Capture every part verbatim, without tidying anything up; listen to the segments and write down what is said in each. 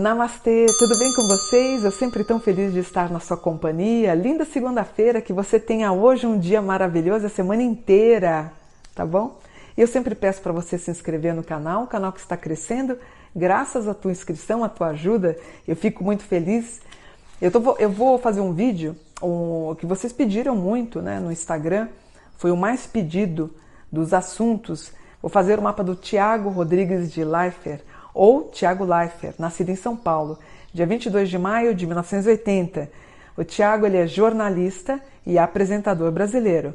Namastê, tudo bem com vocês? Eu sempre tão feliz de estar na sua companhia. Linda segunda-feira, que você tenha hoje um dia maravilhoso, a semana inteira, tá bom? E eu sempre peço para você se inscrever no canal, o canal que está crescendo. Graças à tua inscrição, à tua ajuda, eu fico muito feliz. Eu, tô, eu vou fazer um vídeo um, que vocês pediram muito, né, no Instagram. Foi o mais pedido dos assuntos. Vou fazer o mapa do Tiago Rodrigues de Leifert, ou Tiago Leifert, nascido em São Paulo, dia vinte e dois de maio de mil novecentos e oitenta. O Tiago ele é jornalista e apresentador brasileiro.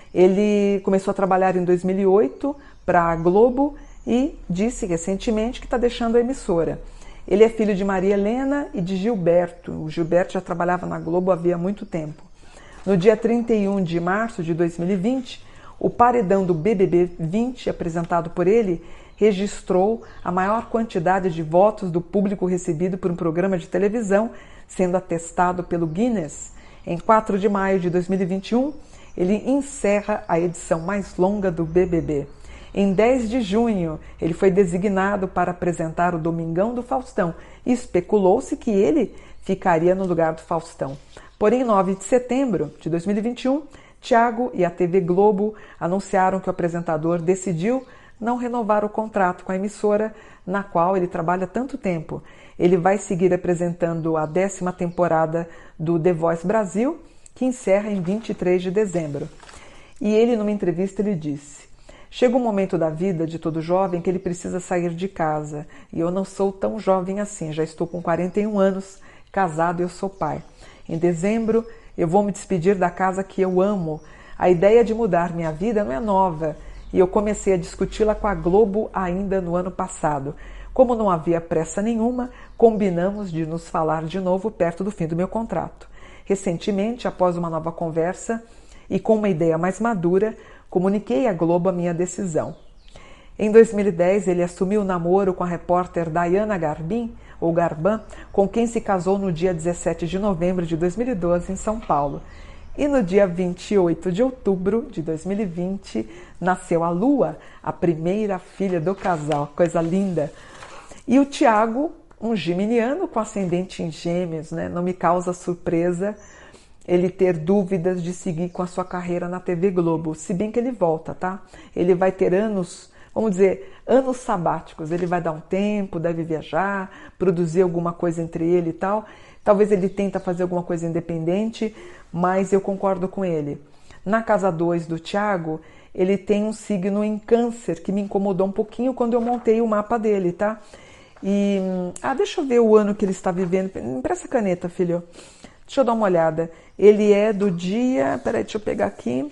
Ele começou a trabalhar em dois mil e oito para a Globo e disse recentemente que está deixando a emissora. Ele é filho de Maria Helena e de Gilberto. O Gilberto já trabalhava na Globo havia muito tempo. No dia trinta e um de março de dois mil e vinte, o paredão do B B B vinte, apresentado por ele, registrou a maior quantidade de votos do público recebido por um programa de televisão, sendo atestado pelo Guinness. Em quatro de maio de dois mil e vinte e um, ele encerra a edição mais longa do B B B. Em dez de junho, ele foi designado para apresentar o Domingão do Faustão e especulou-se que ele ficaria no lugar do Faustão. Porém, em nove de setembro de dois mil e vinte e um, Tiago e a T V Globo anunciaram que o apresentador decidiu não renovar o contrato com a emissora na qual ele trabalha tanto tempo. Ele vai seguir apresentando a décima temporada do The Voice Brasil, que encerra em vinte e três de dezembro. E ele, numa entrevista, ele disse: chega um momento da vida de todo jovem que ele precisa sair de casa. E eu não sou tão jovem assim, já estou com quarenta e um anos, casado e eu sou pai. Em dezembro, eu vou me despedir da casa que eu amo. A ideia de mudar minha vida não é nova. E eu comecei a discuti-la com a Globo ainda no ano passado. Como não havia pressa nenhuma, combinamos de nos falar de novo perto do fim do meu contrato. Recentemente, após uma nova conversa e com uma ideia mais madura, comuniquei à Globo a minha decisão. Em dois mil e dez, ele assumiu o namoro com a repórter Diana Garbin, ou Garban, com quem se casou no dia dezessete de novembro de dois mil e doze em São Paulo. E no dia vinte e oito de outubro de dois mil e vinte, nasceu a Lua, a primeira filha do casal. Coisa linda. E o Tiago, um geminiano com ascendente em Gêmeos, né? Não me causa surpresa ele ter dúvidas de seguir com a sua carreira na T V Globo. Se bem que ele volta, tá? Ele vai ter anos, vamos dizer, anos sabáticos. Ele vai dar um tempo, deve viajar, produzir alguma coisa entre ele e tal. Talvez ele tenta fazer alguma coisa independente, mas eu concordo com ele. Na casa dois do Tiago, ele tem um signo em Câncer, que me incomodou um pouquinho quando eu montei o mapa dele, tá? E, ah, deixa eu ver o ano que ele está vivendo. Me empresta a caneta, filho. Deixa eu dar uma olhada. Ele é do dia... Peraí, deixa eu pegar aqui.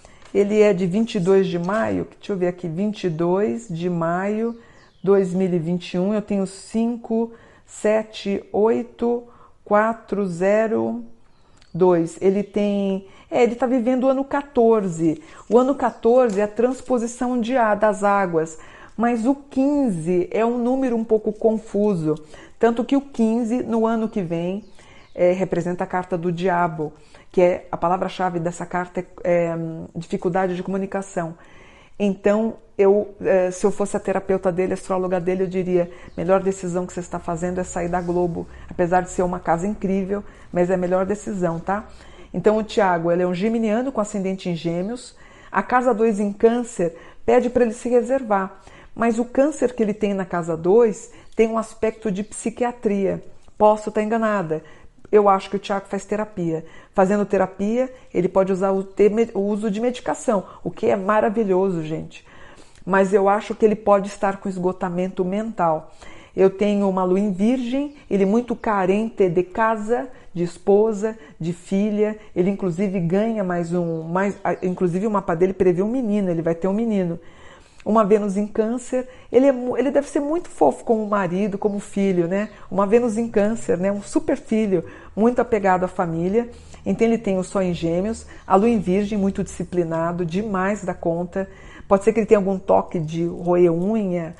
Ele é de vinte e dois de maio. Deixa eu ver aqui. vinte e dois de maio de dois mil e vinte e um. Eu tenho cinco, sete, oito... quatro zero dois. Ele tem... É, ele está vivendo o ano quatorze. O ano quatorze é a transposição de A, das águas. Mas o quinze é um número um pouco confuso. Tanto que o quinze, no ano que vem, é, representa a carta do diabo, que é a palavra-chave dessa carta é, é dificuldade de comunicação. Então, eu, se eu fosse a terapeuta dele, a astróloga dele, eu diria: melhor decisão que você está fazendo é sair da Globo, apesar de ser uma casa incrível, mas é a melhor decisão, tá? Então, o Tiago, ele é um geminiano com ascendente em Gêmeos. A casa dois em Câncer pede para ele se reservar, mas o Câncer que ele tem na casa dois tem um aspecto de psiquiatria. Posso estar enganada. Eu acho que o Tiago faz terapia. Fazendo terapia, ele pode usar o, o uso de medicação, o que é maravilhoso, gente. Mas eu acho que ele pode estar com esgotamento mental. Eu tenho uma lua em Virgem, ele muito carente de casa, de esposa, de filha. Ele inclusive ganha mais um... Mais, inclusive o mapa dele prevê um menino, ele vai ter um menino. Uma Vênus em Câncer, ele, é, ele deve ser muito fofo como marido, como filho, né? Uma Vênus em Câncer, né? Um super filho, muito apegado à família. Então ele tem o Sol em Gêmeos, a Lua em Virgem, muito disciplinado, demais da conta. Pode ser que ele tenha algum toque de roer unha,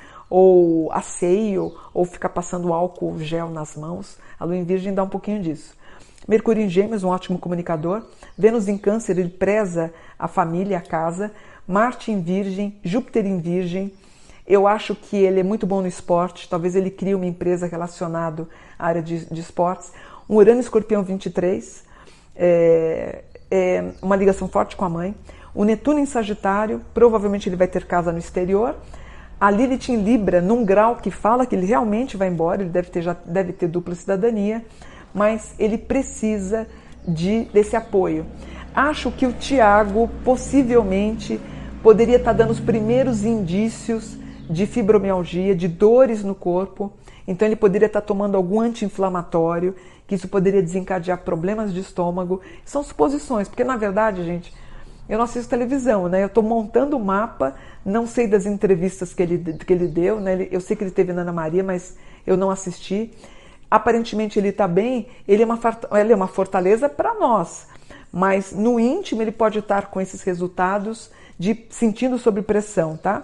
ou asseio, ou ficar passando álcool gel nas mãos. A Lua em Virgem dá um pouquinho disso. Mercúrio em Gêmeos, um ótimo comunicador. Vênus em Câncer, ele preza a família, a casa. Marte em Virgem, Júpiter em Virgem. Eu acho que ele é muito bom no esporte, talvez ele crie uma empresa relacionada à área de, de esportes. Um Urano Escorpião vinte e três, é, é uma ligação forte com a mãe. O Netuno em Sagitário, provavelmente ele vai ter casa no exterior. A Lilith em Libra, num grau que fala que ele realmente vai embora, ele deve ter, já deve ter dupla cidadania, mas ele precisa de, desse apoio. Acho que o Tiago possivelmente poderia estar dando os primeiros indícios de fibromialgia, de dores no corpo, então ele poderia estar tomando algum anti-inflamatório, que isso poderia desencadear problemas de estômago. São suposições, porque na verdade, gente, eu não assisto televisão, né? Eu estou montando o mapa, não sei das entrevistas que ele, que ele deu, né? Eu sei que ele teve na Ana Maria, mas eu não assisti. Aparentemente ele está bem, ele é uma, ele é uma fortaleza para nós, mas no íntimo ele pode estar com esses resultados de sentindo sob pressão, tá?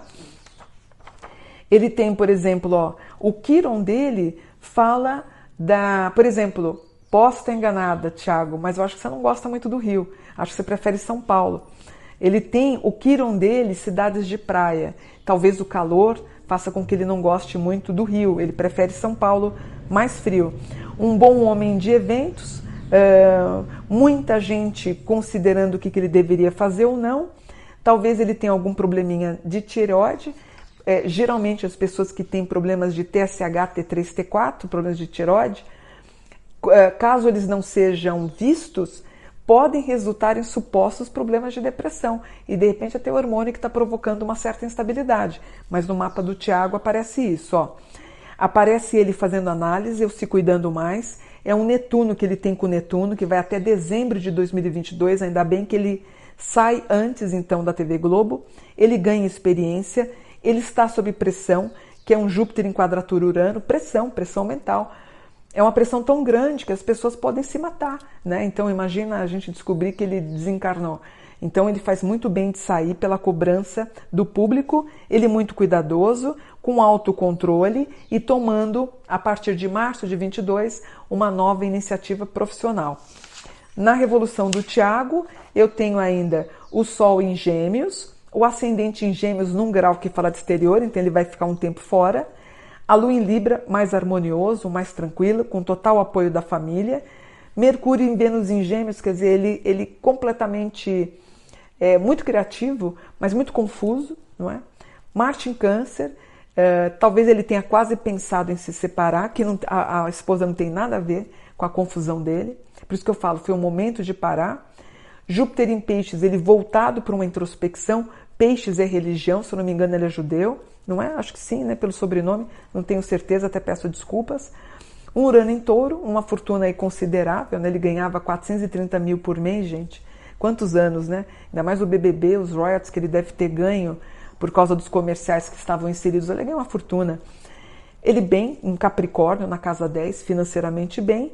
Ele tem, por exemplo, ó, o Quiron dele fala da, por exemplo, posso estar enganada, Thiago, mas eu acho que você não gosta muito do Rio, acho que você prefere São Paulo. Ele tem o Quiron dele, cidades de praia, talvez o calor faça com que ele não goste muito do Rio, ele prefere São Paulo mais frio. Um bom homem de eventos, uh, muita gente considerando o que, que ele deveria fazer ou não. Talvez ele tenha algum probleminha de tireoide. É, geralmente as pessoas que têm problemas de T S H, T três, T quatro, problemas de tireoide, uh, caso eles não sejam vistos, podem resultar em supostos problemas de depressão e de repente até o hormônio que está provocando uma certa instabilidade. Mas no mapa do Tiago aparece isso, ó. Aparece ele fazendo análise, eu se cuidando mais. É um Netuno que ele tem com Netuno, que vai até dezembro de dois mil e vinte e dois, ainda bem que ele sai antes então da T V Globo. Ele ganha experiência, ele está sob pressão, que é um Júpiter em quadratura Urano, pressão, pressão mental. É uma pressão tão grande que as pessoas podem se matar, né? Então imagina a gente descobrir que ele desencarnou. Então ele faz muito bem de sair pela cobrança do público, ele é muito cuidadoso, com autocontrole e tomando, a partir de março de vinte e dois, uma nova iniciativa profissional. Na Revolução do Tiago, eu tenho ainda o Sol em Gêmeos, o Ascendente em Gêmeos num grau que fala de exterior, então ele vai ficar um tempo fora. A Lua em Libra, mais harmonioso, mais tranquilo, com total apoio da família. Mercúrio em Vênus em Gêmeos, quer dizer, ele, ele completamente é, muito criativo, mas muito confuso, não é? Marte em Câncer, é, talvez ele tenha quase pensado em se separar, que não, a, a esposa não tem nada a ver com a confusão dele. Por isso que eu falo, foi um momento de parar. Júpiter em Peixes, ele voltado para uma introspecção. Peixes é religião, se eu não me engano ele é judeu, não é? Acho que sim, né? Pelo sobrenome, não tenho certeza, até peço desculpas. Um Urano em Touro, uma fortuna aí considerável, né? Ele ganhava quatrocentos e trinta mil por mês, gente. Quantos anos, né? Ainda mais o B B B, os royalties que ele deve ter ganho por causa dos comerciais que estavam inseridos. Ele ganhou uma fortuna. Ele bem, em Capricórnio, na casa dez, financeiramente bem.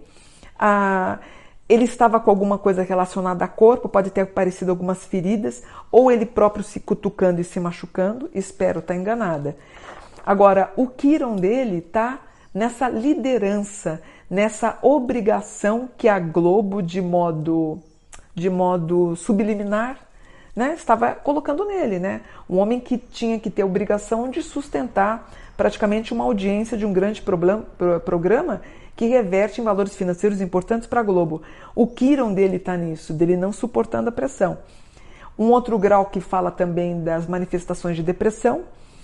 Ah, ele estava com alguma coisa relacionada a corpo, pode ter aparecido algumas feridas, ou ele próprio se cutucando e se machucando, espero estar enganada. Agora, o Quiron dele está nessa liderança, nessa obrigação que a Globo, de modo, de modo subliminar, né, estava colocando nele, né? Um homem que tinha que ter a obrigação de sustentar praticamente uma audiência de um grande problema, programa que reverte em valores financeiros importantes para a Globo. O Quiron dele está nisso, dele não suportando a pressão. Um outro grau que fala também das manifestações de depressão,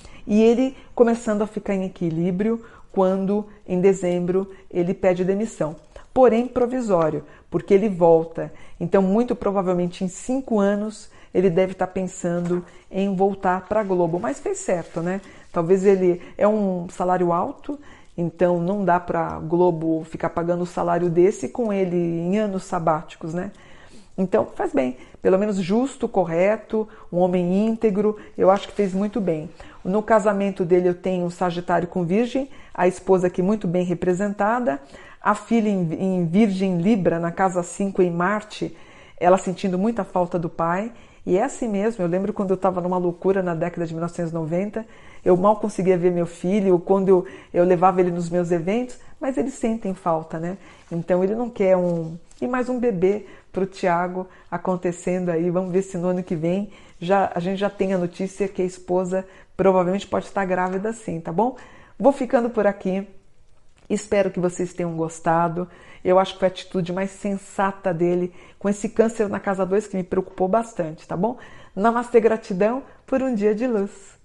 e ele começando a ficar em equilíbrio quando, em dezembro, ele pede demissão. Porém, provisório, porque ele volta. Então, muito provavelmente, em cinco anos, ele deve estar pensando em voltar para a Globo. Mas fez certo, né? Talvez ele... É um salário alto, então não dá para a Globo ficar pagando o salário desse com ele em anos sabáticos, né? Então faz bem, pelo menos justo, correto, um homem íntegro, eu acho que fez muito bem. No casamento dele eu tenho um Sagitário com Virgem, a esposa aqui muito bem representada, a filha em, em Virgem Libra, na casa cinco em Marte, ela sentindo muita falta do pai. E é assim mesmo, eu lembro quando eu estava numa loucura na década de mil novecentos e noventa, eu mal conseguia ver meu filho, quando eu, eu levava ele nos meus eventos, mas eles sentem falta, né? Então ele não quer um, E mais um bebê para o Tiago acontecendo aí. Vamos ver se no ano que vem já, a gente já tem a notícia que a esposa provavelmente pode estar grávida sim, tá bom? Vou ficando por aqui. Espero que vocês tenham gostado. Eu acho que foi a atitude mais sensata dele com esse câncer na casa dois que me preocupou bastante, tá bom? Namastê, gratidão por um dia de luz.